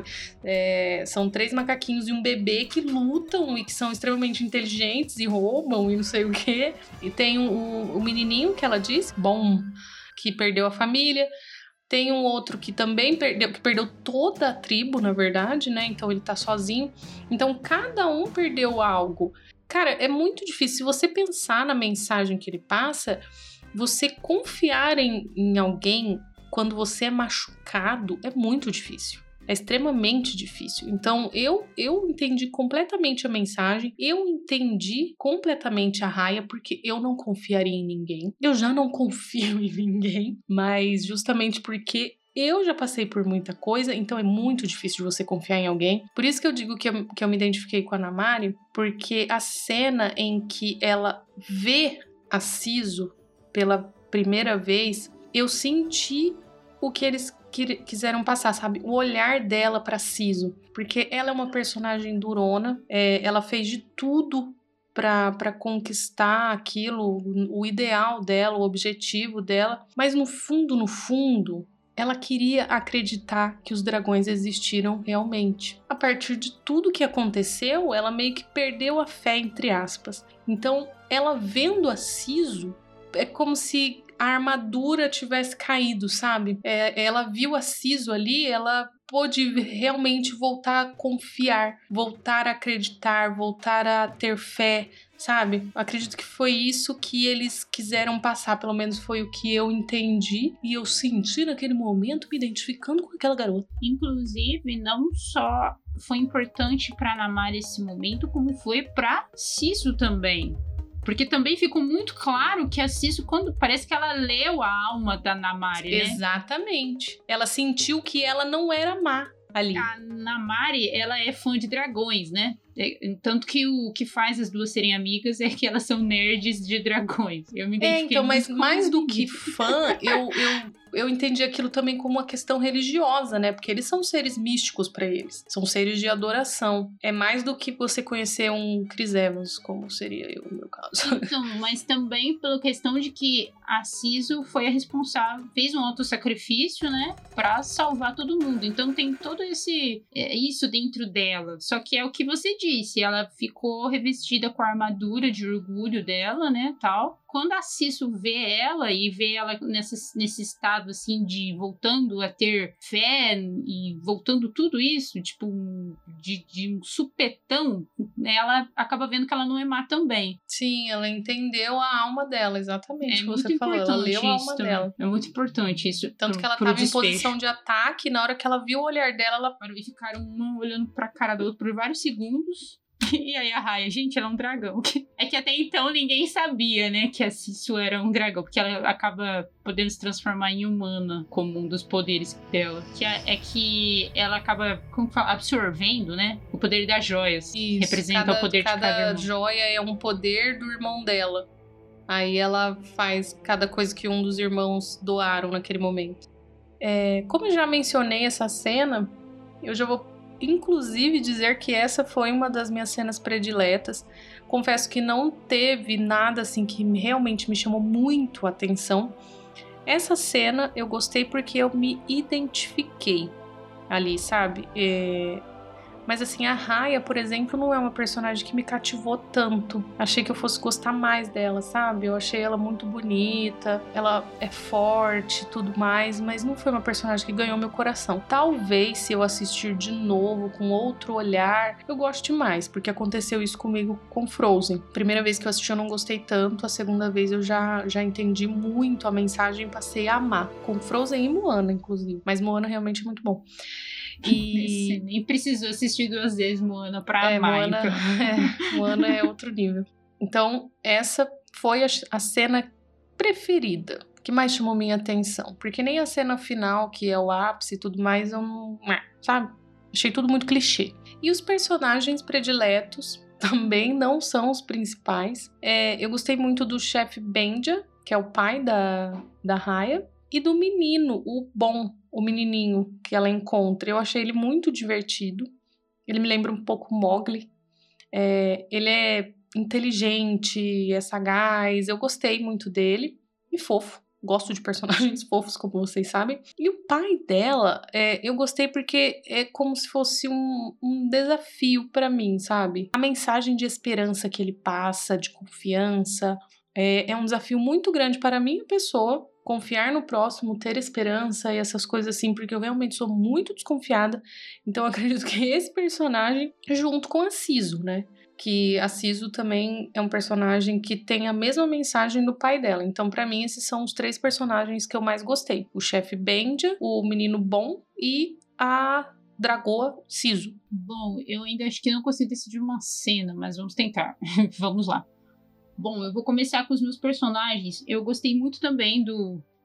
É, são três macaquinhos e um bebê que lutam e que são extremamente inteligentes e roubam e não sei o quê. E tem o, o, o menininho que ela disse, bom, que perdeu a família. Tem um outro que também perdeu, que perdeu toda a tribo, na verdade, né? Então ele tá sozinho. Então cada um perdeu algo. Cara, é muito difícil. Se você pensar na mensagem que ele passa, você confiar em, em alguém quando você é machucado é muito difícil. É extremamente difícil. Então, eu, eu entendi completamente a mensagem. Eu entendi completamente a Raya, porque eu não confiaria em ninguém. Eu já não confio em ninguém. Mas justamente porque eu já passei por muita coisa, então é muito difícil de você confiar em alguém. Por isso que eu digo que eu, que eu me identifiquei com a Namari, porque a cena em que ela vê a Siso pela primeira vez, eu senti o que eles qu- quiseram passar, sabe? O olhar dela pra Siso. Porque ela é uma personagem durona, é, ela fez de tudo pra, pra conquistar aquilo, o ideal dela, o objetivo dela. Mas no fundo, no fundo, ela queria acreditar que os dragões existiram realmente. A partir de tudo que aconteceu, ela meio que perdeu a fé, entre aspas. Então, ela vendo a Siso, é como se a armadura tivesse caído, sabe? É, ela viu a Siso ali, ela pôde realmente voltar a confiar, voltar a acreditar, voltar a ter fé, sabe? Acredito que foi isso que eles quiseram passar, pelo menos foi o que eu entendi e eu senti naquele momento me identificando com aquela garota. Inclusive, não só foi importante pra Namari esse momento, como foi pra Siso também. Porque também ficou muito claro que a Siso, quando parece que ela leu a alma da Namari, né? Exatamente. Ela sentiu que ela não era má ali. A Namari, ela é fã de dragões, né? É, tanto que o que faz as duas serem amigas é que elas são nerds de dragões. Eu me É, identifiquei então, mas muito mais com do que isso. fã, eu, eu, eu entendi aquilo também como uma questão religiosa, né? Porque eles são seres místicos pra eles. São seres de adoração. É mais do que você conhecer um Chris Evans, como seria eu, no meu caso. Então, mas também pela questão de que a Siso foi a responsável, fez um autossacrifício, né? Pra salvar todo mundo. Então tem todo esse é, isso dentro dela. Só que é o que você disse, ela ficou revestida com a armadura de orgulho dela, né, tal. Quando a Siso vê ela e vê ela nessa, nesse estado, assim, de voltando a ter fé e voltando tudo isso, tipo, de, de um supetão, né, ela acaba vendo que ela não é má também. Sim, ela entendeu a alma dela, exatamente. É que muito você falou, ela importante leu a alma isso também. dela. É muito importante isso. Tanto pro, que ela pro tava desfecho. em posição de ataque, na hora que ela viu o olhar dela, ela E ficaram uma olhando pra cara da outra por vários segundos. E aí a Raya, gente, ela é um dragão. É que até então ninguém sabia, né, que a Siso era um dragão, porque ela acaba podendo se transformar em humana como um dos poderes dela. Que é, é que ela acaba, como fala, absorvendo, né, o poder das joias. Isso, representa cada, o poder cada de cada irmão. joia é um poder do irmão dela. Aí ela faz cada coisa que um dos irmãos doaram naquele momento. É, como eu já mencionei essa cena, eu já vou inclusive dizer que essa foi uma das minhas cenas prediletas. Confesso que não teve nada assim que realmente me chamou muito a atenção. Essa cena eu gostei porque eu me identifiquei ali, sabe? É... Mas assim, a Raya, por exemplo, não é uma personagem que me cativou tanto. Achei que eu fosse gostar mais dela, sabe? Eu achei ela muito bonita, ela é forte e tudo mais, mas não foi uma personagem que ganhou meu coração. Talvez, se eu assistir de novo, com outro olhar, eu goste mais, porque aconteceu isso comigo com Frozen. Primeira vez que eu assisti eu não gostei tanto, a segunda vez eu já, já entendi muito a mensagem e passei a amar. Com Frozen e Moana, inclusive. Mas Moana realmente é muito bom. E... Você nem precisou assistir duas vezes Moana pra é, amar, Moana, então. é, Moana é outro nível. Então, essa foi a, a cena preferida, que mais chamou minha atenção. Porque nem a cena final, que é o ápice e tudo mais, eu não... Sabe? Achei tudo muito clichê. E os personagens prediletos também não são os principais. É, eu gostei muito do chefe Benja, que é o pai da, da Raya, e do menino, o Bom, o menininho que ela encontra. Eu achei ele muito divertido. Ele me lembra um pouco Mowgli. É, ele é inteligente, é sagaz. Eu gostei muito dele. E fofo. Gosto de personagens fofos, como vocês sabem. E o pai dela, é, eu gostei porque é como se fosse um, um desafio pra mim, sabe? A mensagem de esperança que ele passa, de confiança, é, é um desafio muito grande para a minha pessoa. Confiar no próximo, ter esperança e essas coisas assim, porque eu realmente sou muito desconfiada. Então eu acredito que esse personagem, junto com a Siso, né? Que a Siso também é um personagem que tem a mesma mensagem do pai dela. Então, pra mim, esses são os três personagens que eu mais gostei. O chefe Benja, o menino Bom e a dragoa Siso. Bom, eu ainda acho que não consigo decidir uma cena, mas vamos tentar. Vamos lá. Bom, eu vou começar com os meus personagens. Eu gostei muito também do,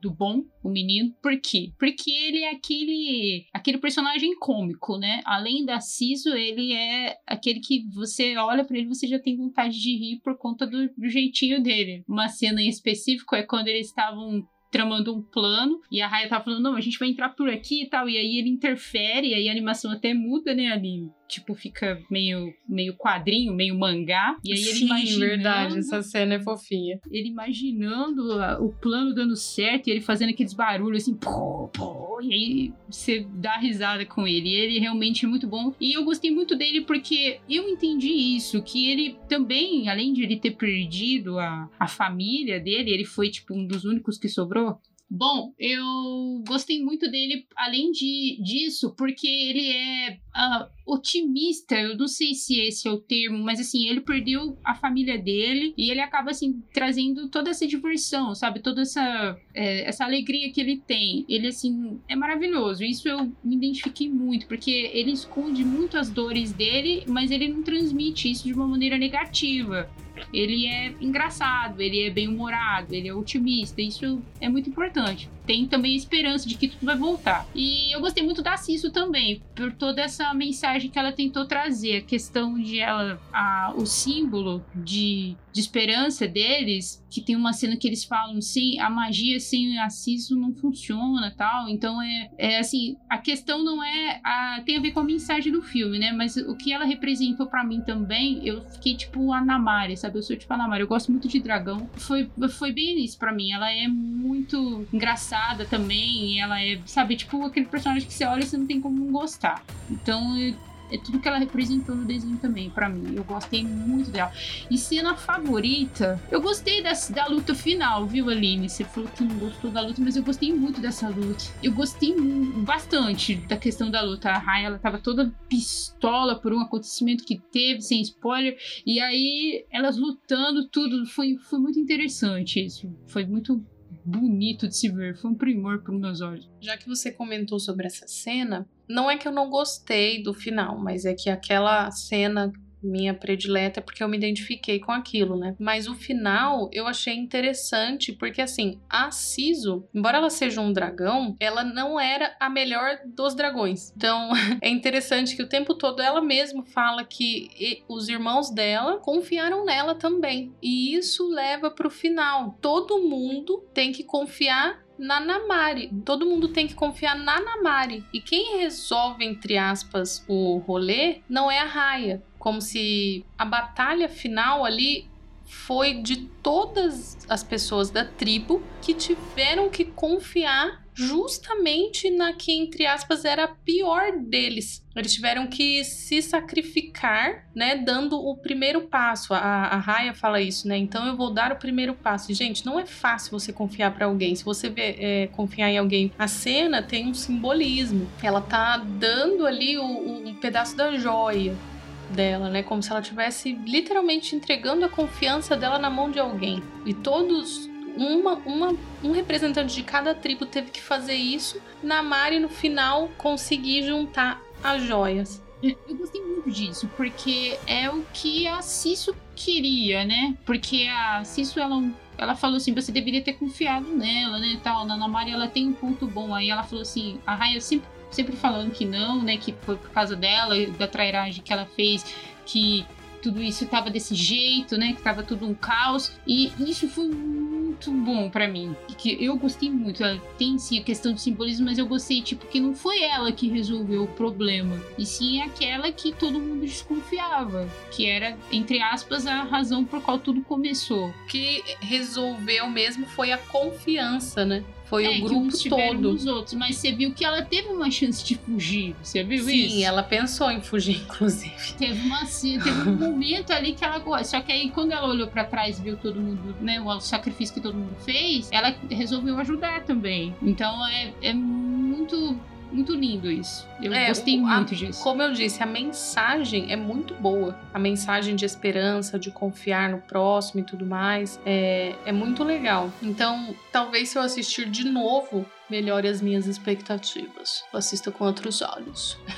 do bom, o menino. Por quê? Porque ele é aquele, aquele personagem cômico, né? Além da Siso, ele é aquele que você olha pra ele e você já tem vontade de rir por conta do, do jeitinho dele. Uma cena em específico é quando eles estavam tramando um plano, e a Raya tava falando, não, a gente vai entrar por aqui e tal, e aí ele interfere, e aí a animação até muda, né, ali, tipo, fica meio, meio quadrinho, meio mangá, e aí ele Sim, imaginando... verdade, essa cena é fofinha. Ele imaginando a, o plano dando certo, e ele fazendo aqueles barulhos assim, pô, pô, e aí você dá risada com ele, e ele realmente é muito bom, e eu gostei muito dele porque eu entendi isso, que ele também, além de ele ter perdido a, a família dele, ele foi, tipo, um dos únicos que sobrou. Bom, eu gostei muito dele, além de, disso, porque ele é uh, otimista, eu não sei se esse é o termo, mas assim, ele perdeu a família dele e ele acaba assim, trazendo toda essa diversão, sabe? Toda essa, é, essa alegria que ele tem. Ele assim, é maravilhoso, isso eu me identifiquei muito, porque ele esconde muito as dores dele, mas ele não transmite isso de uma maneira negativa. Ele é engraçado, ele é bem-humorado, ele é otimista, isso é muito importante. Tem também a esperança de que tudo vai voltar. E eu gostei muito da Siso também, por toda essa mensagem que ela tentou trazer, a questão de ela, a, o símbolo de, de esperança deles, que tem uma cena que eles falam, sim, a magia sem a Siso não funciona, tal. Então é, é assim, a questão não é, a, tem a ver com a mensagem do filme, né? Mas o que ela representou pra mim também, eu fiquei tipo a Namari, sabe? Eu sou tipo a Namari, eu gosto muito de dragão. Foi, foi bem isso pra mim, ela é muito engraçada também, ela é, sabe, tipo aquele personagem que você olha e você não tem como não gostar. Então é, é tudo que ela representou no desenho também, pra mim. Eu gostei muito dela. E cena favorita, eu gostei da, da luta final, viu, Aline? Você falou que não gostou da luta, mas eu gostei muito dessa luta. Eu gostei bastante da questão da luta. A Raya, ela tava toda pistola por um acontecimento que teve, sem spoiler, e aí elas lutando, tudo, foi, foi muito interessante isso. Foi muito bonito de se ver, foi um primor para os meus olhos. Já que você comentou sobre essa cena, não é que eu não gostei do final, mas é que aquela cena minha predileta é porque eu me identifiquei com aquilo, né? Mas o final eu achei interessante porque, assim, a Siso, embora ela seja um dragão, ela não era a melhor dos dragões. Então, é interessante que o tempo todo ela mesma fala que os irmãos dela confiaram nela também. E isso leva pro final. Todo mundo tem que confiar na Namari. Todo mundo tem que confiar na Namari. E quem resolve, entre aspas, o rolê não é a Raya. Como se a batalha final ali foi de todas as pessoas da tribo que tiveram que confiar justamente na que, entre aspas, era a pior deles. Eles tiveram que se sacrificar, né, dando o primeiro passo. A, a Raya fala isso, né? Então eu vou dar o primeiro passo. E, gente, não é fácil você confiar pra alguém. Se você vê, é, confiar em alguém, a cena tem um simbolismo. Ela tá dando ali o, o, um pedaço da joia dela, né? Como se ela estivesse literalmente entregando a confiança dela na mão de alguém. E todos, uma, uma, um representante de cada tribo teve que fazer isso. Namari, no final, conseguir juntar as joias. Eu gostei muito disso, porque é o que a Siso queria, né? Porque a Siso, ela, ela falou assim, você deveria ter confiado nela, né? Tal. Na Namari, ela tem um ponto bom. Aí ela falou assim, a Raya sempre sempre falando que não, né, que foi por causa dela, da trairagem que ela fez, que tudo isso tava desse jeito, né, que tava tudo um caos, e isso foi muito bom pra mim, que eu gostei muito. Ela tem sim a questão de simbolismo, mas eu gostei, tipo, que não foi ela que resolveu o problema, e sim aquela que todo mundo desconfiava, que era, entre aspas, a razão por qual tudo começou. O que resolveu mesmo foi a confiança, né? Foi é, o grupo que uns tiveram todo. Nos outros, mas você viu que ela teve uma chance de fugir. Você viu Sim, isso? Sim, ela pensou em fugir, inclusive. Teve, uma, teve um momento ali que ela gosta. Só que aí, quando ela olhou pra trás e viu todo mundo, né, o sacrifício que todo mundo fez, ela resolveu ajudar também. Então é, é muito. Muito lindo isso. Eu é, gostei o, muito a, disso. Como eu disse, a mensagem é muito boa. A mensagem de esperança, de confiar no próximo e tudo mais, é, é muito legal. Então, talvez se eu assistir de novo, melhore as minhas expectativas. Eu assista com outros olhos.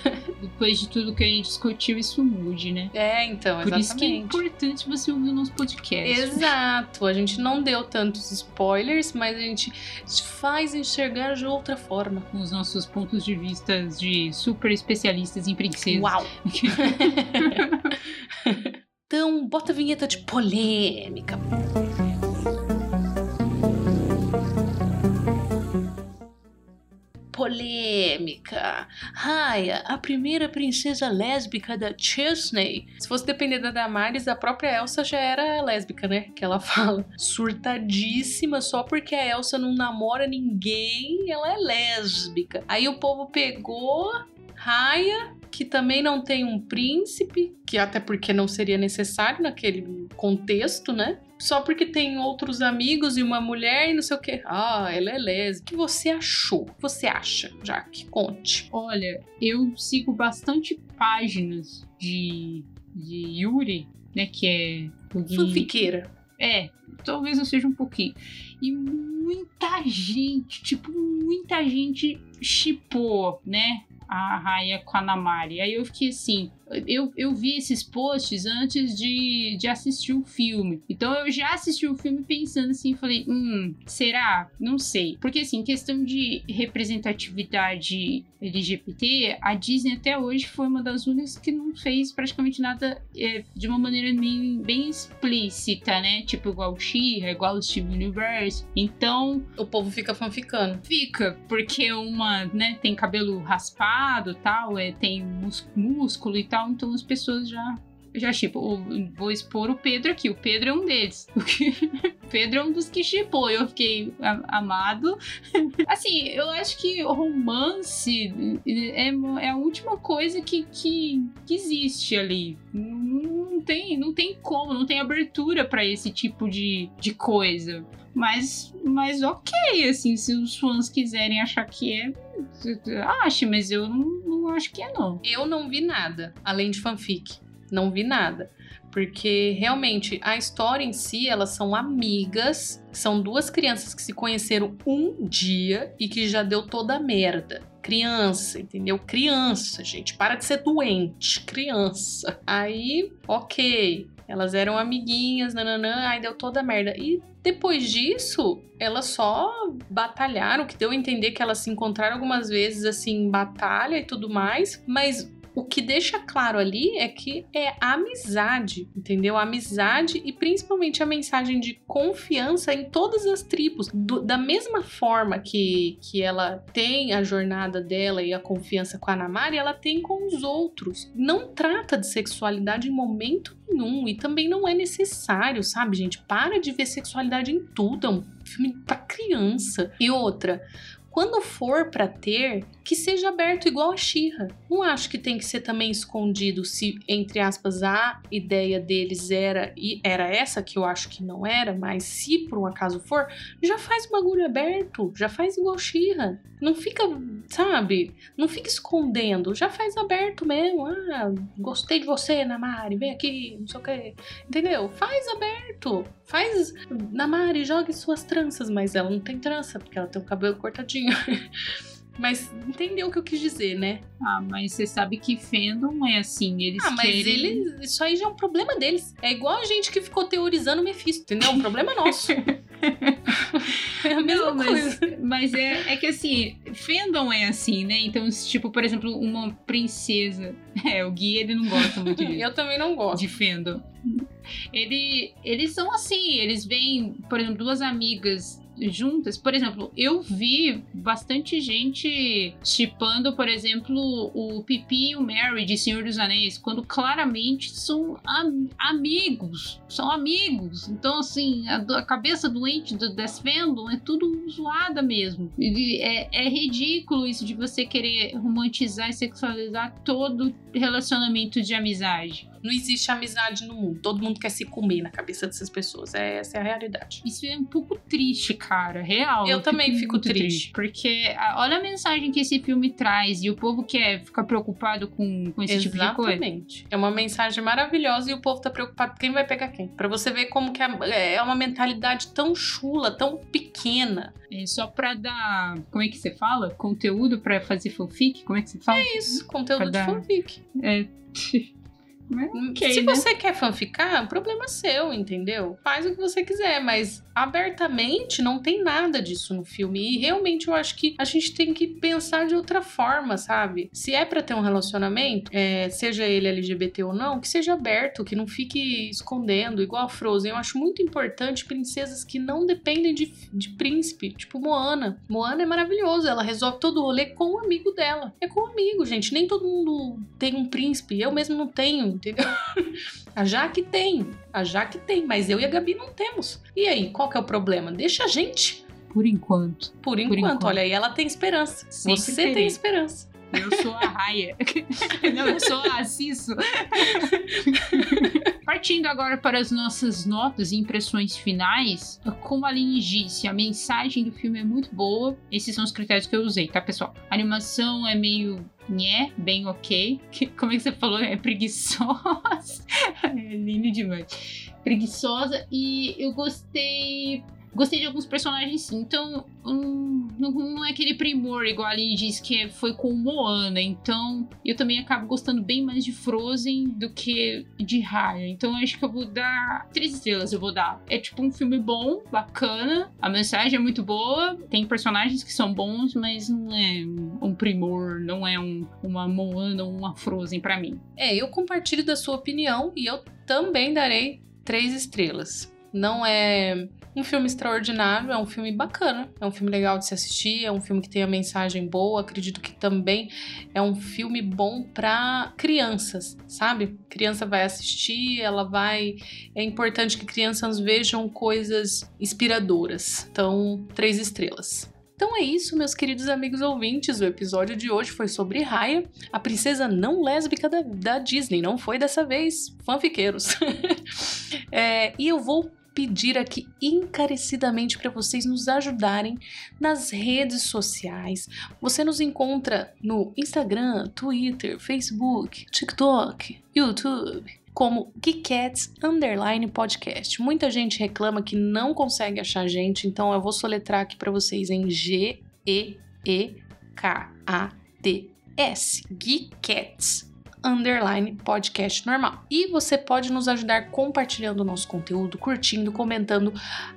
depois de tudo que a gente discutiu, isso mude, né? É, então, Por exatamente. isso que é importante você ouvir o nosso podcast. Exato, a gente não deu tantos spoilers, mas a gente faz enxergar de outra forma. Com os nossos pontos de vista de super especialistas em princesas. Uau! Então, bota a vinheta de polêmica. Polêmica. Raya, a primeira princesa lésbica da Disney. Se fosse depender da Damares, a própria Elsa já era lésbica, né? Que ela fala. Surtadíssima, só porque a Elsa não namora ninguém, ela é lésbica. Aí o povo pegou Raya, que também não tem um príncipe, que até porque não seria necessário naquele contexto, né? Só porque tem outros amigos e uma mulher e não sei o quê. Ah, ela é lésbica. O que você achou? O que você acha, Jaque? Conte. Olha, eu sigo bastante páginas de, de Yuri, né? Que é... De... Fanfiqueira. É, talvez eu seja um pouquinho. E muita gente, tipo, muita gente shippou, né? A Raya com a Namari. Aí eu fiquei assim, eu, eu vi esses posts antes de, de assistir o filme. Então eu já assisti o filme pensando assim, falei, hum, será? Não sei. Porque assim, questão de representatividade L G B T, a Disney até hoje foi uma das únicas que não fez praticamente nada é, de uma maneira bem, bem explícita, né? Tipo, igual o She-Ra, igual o Steven Universe. Então... o povo fica fanficando. Fica, porque uma, né, tem cabelo raspado, tal, é, tem músculo e tal, então as pessoas já... Já, tipo, vou expor o Pedro aqui. O Pedro é um deles. O Pedro é um dos que chipou. Eu fiquei amado. Assim, eu acho que romance é, é a última coisa que, que, que existe ali. Não tem, não tem como, não tem abertura pra esse tipo de, de coisa. Mas, mas ok, assim, se os fãs quiserem achar que é, ache, mas eu não, não acho que é, não. Eu não vi nada, além de fanfic. Não vi nada, porque realmente a história em si, elas são amigas, são duas crianças que se conheceram um dia e que já deu toda a merda. Criança, entendeu? Criança, gente, para de ser doente, criança. Aí, ok, elas eram amiguinhas, nananã, aí deu toda a merda. E depois disso, elas só batalharam, que deu a entender que elas se encontraram algumas vezes, assim, em batalha e tudo mais, mas... o que deixa claro ali é que é amizade, entendeu? Amizade e principalmente a mensagem de confiança em todas as tribos. Do, da mesma forma que, que ela tem a jornada dela e a confiança com a Namari, ela tem com os outros. Não trata de sexualidade em momento nenhum e também não é necessário, sabe, gente? Para de ver sexualidade em tudo, é um filme pra criança. E outra... quando for pra ter, que seja aberto igual a She-Ra. Não acho que tem que ser também escondido se, entre aspas, a ideia deles era, e era essa que eu acho que não era, mas se por um acaso for, já faz o bagulho aberto, já faz igual She-Ra. Não fica, sabe, não fica escondendo, já faz aberto mesmo. Ah, gostei de você, Namari, vem aqui, não sei o que, entendeu? Faz aberto, faz, Namari, jogue suas tranças, mas ela não tem trança, porque ela tem o cabelo cortadinho. Mas entendeu o que eu quis dizer, né? Ah, mas você sabe que fandom é assim, eles ah, mas querem... eles, isso aí já é um problema deles. É igual a gente que ficou teorizando o Mephisto, entendeu? É um problema nosso. É a mesma Não, mas, coisa. Mas é, é que assim, fandom é assim, né? Então, tipo, por exemplo, uma princesa... É, o Gui, ele não gosta muito de... Eu também não gosto. De fandom. Ele, eles são assim, eles veem, por exemplo, duas amigas... juntas, por exemplo, eu vi bastante gente shippando, por exemplo, o Pipi e o Merry de Senhor dos Anéis, quando claramente são am- amigos, são amigos. Então, assim, a, do- a cabeça doente do das fandom é tudo zoada mesmo. E é, é ridículo isso de você querer romantizar e sexualizar todo relacionamento de amizade. Não existe amizade no mundo. Todo mundo quer se comer na cabeça dessas pessoas. É, essa é a realidade. Isso é um pouco triste, cara, real. Eu também fico muito triste. Porque a- olha a mensagem que esse filme traz e o povo quer ficar preocupado com, com esse tipo de coisa. Exatamente. É uma mensagem maravilhosa e o povo tá preocupado quem vai pegar quem. Pra você ver como que é é uma mentalidade tão chula, tão pequena. É só pra dar, como é que você fala? Conteúdo pra fazer fanfic? Como é que você fala? É isso, conteúdo Pra de dar- fanfic. É. Ok, Se né? você quer fanficar, problema seu, entendeu? Faz o que você quiser, mas abertamente não tem nada disso no filme. E realmente eu acho que a gente tem que pensar de outra forma, sabe? Se é pra ter um relacionamento, é, seja ele L G B T ou não, que seja aberto, que não fique escondendo, igual a Frozen. Eu acho muito importante princesas que não dependem de, de príncipe, tipo Moana. Moana é maravilhoso, ela resolve todo o rolê com o amigo dela. É com o amigo, gente. Nem todo mundo tem um príncipe. Eu mesmo não tenho, entendeu? A Jaque tem, a Jaque tem, mas eu e a Gabi não temos. E aí, qual que é o problema? Deixa a gente. Por enquanto. Por enquanto, enquanto. olha aí, ela tem esperança. Sempre Você terei. tem esperança. Eu sou a Raia. Não, eu sou a Cisso. Partindo agora para as nossas notas e impressões finais, como a Aline disse, a mensagem do filme é muito boa. Esses são os critérios que eu usei, tá, pessoal? A animação é meio nhé, bem ok. Como é que você falou? É preguiçosa. É lindo demais. Preguiçosa. E eu gostei... Gostei de alguns personagens, sim. Então, hum, não, não é aquele primor, igual a Aline disse, que foi com Moana. Então, eu também acabo gostando bem mais de Frozen do que de Raya. Então, eu acho que eu vou dar três estrelas. Eu vou dar. É tipo um filme bom, bacana. A mensagem é muito boa. Tem personagens que são bons, mas não é um primor, não é um, uma Moana ou uma Frozen pra mim. É, eu compartilho da sua opinião e eu também darei três estrelas. Não é um filme extraordinário, é um filme bacana, é um filme legal de se assistir, é um filme que tem a mensagem boa, acredito que também é um filme bom para crianças, sabe? Criança vai assistir, ela vai... É importante que crianças vejam coisas inspiradoras. Então, três estrelas. Então é isso, meus queridos amigos ouvintes. O episódio de hoje foi sobre Raya, a princesa não lésbica da, da Disney. Não foi dessa vez, fanfiqueiros. é, e eu vou pedir aqui encarecidamente para vocês nos ajudarem nas redes sociais. Você nos encontra no Instagram, Twitter, Facebook, TikTok, YouTube, como Geekettes Underline Podcast. Muita gente reclama que não consegue achar a gente, então eu vou soletrar aqui para vocês em G E E K A T S. Geekettes Underline Podcast normal. E você pode nos ajudar compartilhando o nosso conteúdo, curtindo, comentando.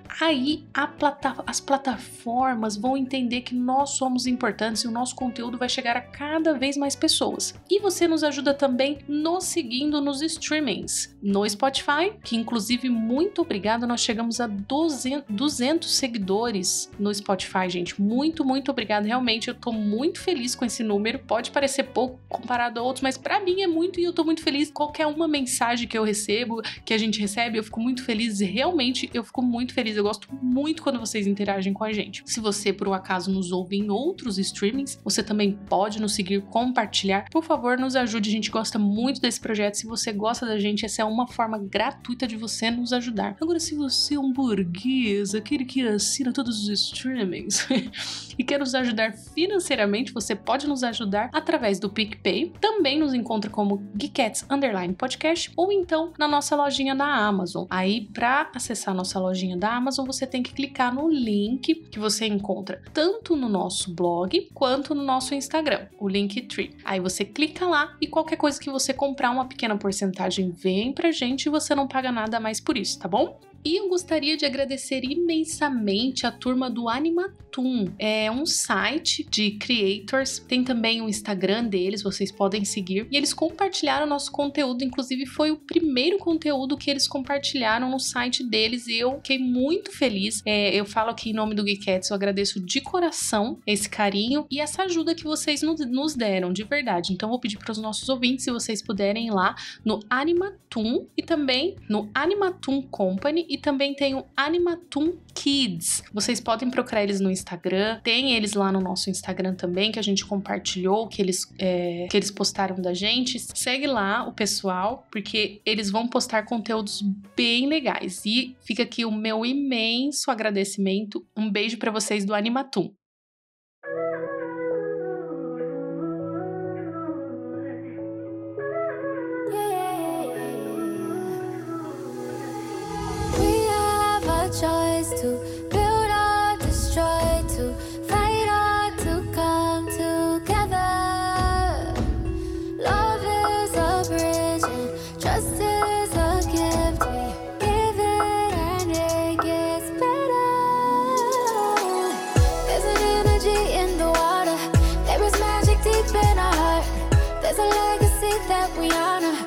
Aí a plata- as plataformas vão entender que nós somos importantes e o nosso conteúdo vai chegar a cada vez mais pessoas. E você nos ajuda também nos seguindo nos streamings. No Spotify, que inclusive muito obrigada, nós chegamos a duzentos seguidores no Spotify, gente. Muito, muito obrigada. Realmente eu tô muito feliz com esse número. Pode parecer pouco comparado a outros, mas pra mim é muito e eu tô muito feliz. Qualquer uma mensagem que eu recebo, que a gente recebe, eu fico muito feliz. Realmente, eu fico muito feliz. Eu gosto muito quando vocês interagem com a gente. Se você, por um acaso, nos ouve em outros streamings, você também pode nos seguir, compartilhar. Por favor, nos ajude. A gente gosta muito desse projeto. Se você gosta da gente, essa é uma forma gratuita de você nos ajudar. Agora, se você é um burguês, aquele que assina todos os streamings e quer nos ajudar financeiramente, você pode nos ajudar através do PicPay. Também nos encontra como Geekettes Underline Podcast ou então na nossa lojinha da Amazon. Aí, para acessar a nossa lojinha da Amazon, você tem que clicar no link que você encontra tanto no nosso blog quanto no nosso Instagram, o Linktree. Aí você clica lá e qualquer coisa que você comprar, uma pequena porcentagem vem pra gente e você não paga nada mais por isso, tá bom? E eu gostaria de agradecer imensamente a turma do Animatoon. É um site de creators, tem também o Instagram deles, vocês podem seguir. E eles compartilharam nosso conteúdo, inclusive foi o primeiro conteúdo que eles compartilharam no site deles e eu fiquei muito feliz. É, eu falo aqui em nome do Geekettes, eu agradeço de coração esse carinho e essa ajuda que vocês nos deram, de verdade. Então eu vou pedir para os nossos ouvintes, se vocês puderem ir lá no Animatoon e também no Animatoon Company e também tem o Animatoon Kids. Vocês podem procurar eles no Instagram, tem eles lá no nosso Instagram também, que a gente compartilhou, que eles, é, que eles postaram da gente. Segue lá o pessoal, porque eles vão postar conteúdos bem legais. E fica aqui o meu imenso agradecimento. Um beijo para vocês do Animatoon. Choice to build or destroy, to fight or to come together. Love is a bridge and trust is a gift. We give it and it gets better. There's an energy in the water. There is magic deep in our heart. There's a legacy that we honor.